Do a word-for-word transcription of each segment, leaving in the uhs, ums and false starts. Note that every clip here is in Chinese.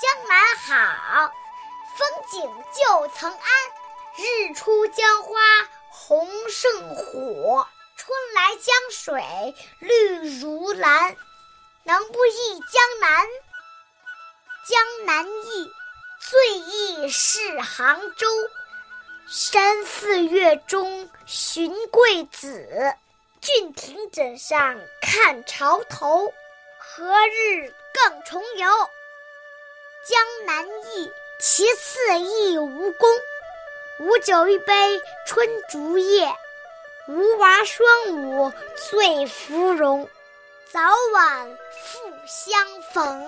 江南好，风景旧曾谙。日出江花红胜火，春来江水绿如蓝。能不忆江南？江南忆，最忆是杭州。山寺月中寻桂子，郡亭枕上看潮头。何日更重游？江南忆，其次忆吴宫。吴酒一杯春竹叶，吴娃双舞醉芙蓉。早晚复相逢。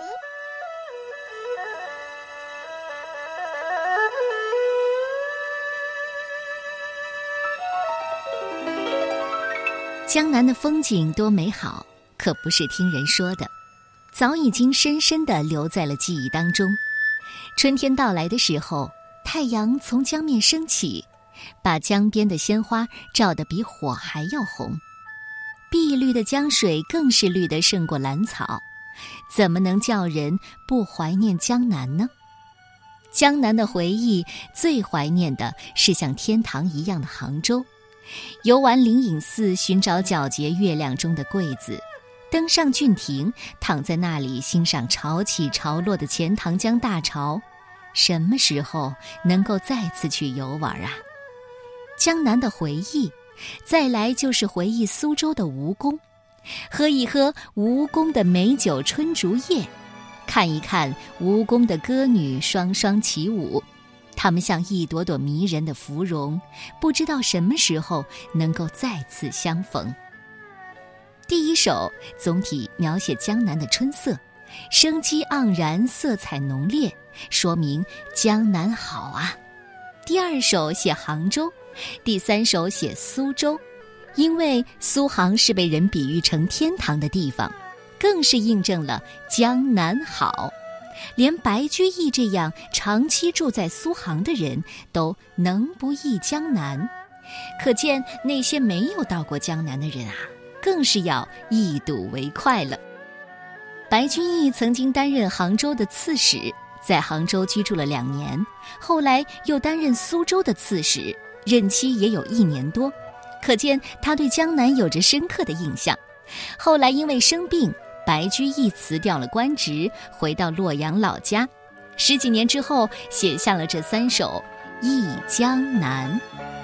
江南的风景多美好，可不是听人说的，早已经深深地留在了记忆当中。春天到来的时候，太阳从江面升起，把江边的鲜花照得比火还要红。碧绿的江水更是绿得胜过蓝草，怎么能叫人不怀念江南呢？江南的回忆，最怀念的是像天堂一样的杭州。游玩灵隐寺，寻找皎洁月亮中的桂子，登上郡亭，躺在那里欣赏潮起潮落的钱塘江大潮。什么时候能够再次去游玩啊？江南的回忆，再来就是回忆苏州的吴宫，喝一喝吴宫的美酒春竹叶，看一看吴宫的歌女双双起舞，她们像一朵朵迷人的芙蓉，不知道什么时候能够再次相逢。第一首总体描写江南的春色，生机盎然，色彩浓烈，说明江南好啊。第二首写杭州，第三首写苏州，因为苏杭是被人比喻成天堂的地方，更是印证了江南好。连白居易这样长期住在苏杭的人都能不忆江南，可见那些没有到过江南的人啊，更是要一睹为快了。白居易曾经担任杭州的刺史，在杭州居住了两年，后来又担任苏州的刺史，任期也有一年多，可见他对江南有着深刻的印象。后来因为生病，白居易辞掉了官职，回到洛阳老家。十几年之后，写下了这三首《忆江南》。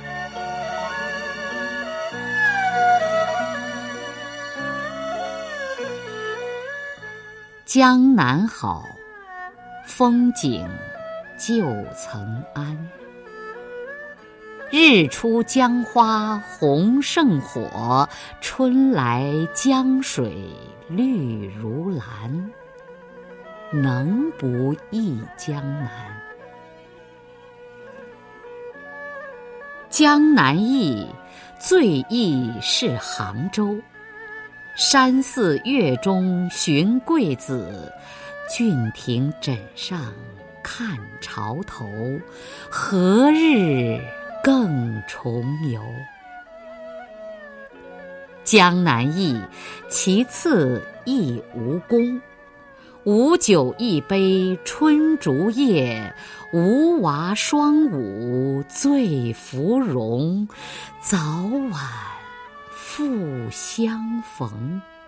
江南好，风景旧曾谙。日出江花红胜火，春来江水绿如蓝。能不忆江南？江南忆，最忆是杭州。山寺月中寻桂子，郡亭枕上看潮头。何日更重游？江南忆，其次忆吴宫。吴酒一杯春竹叶，吴娃双舞醉芙蓉。早晚复相逢。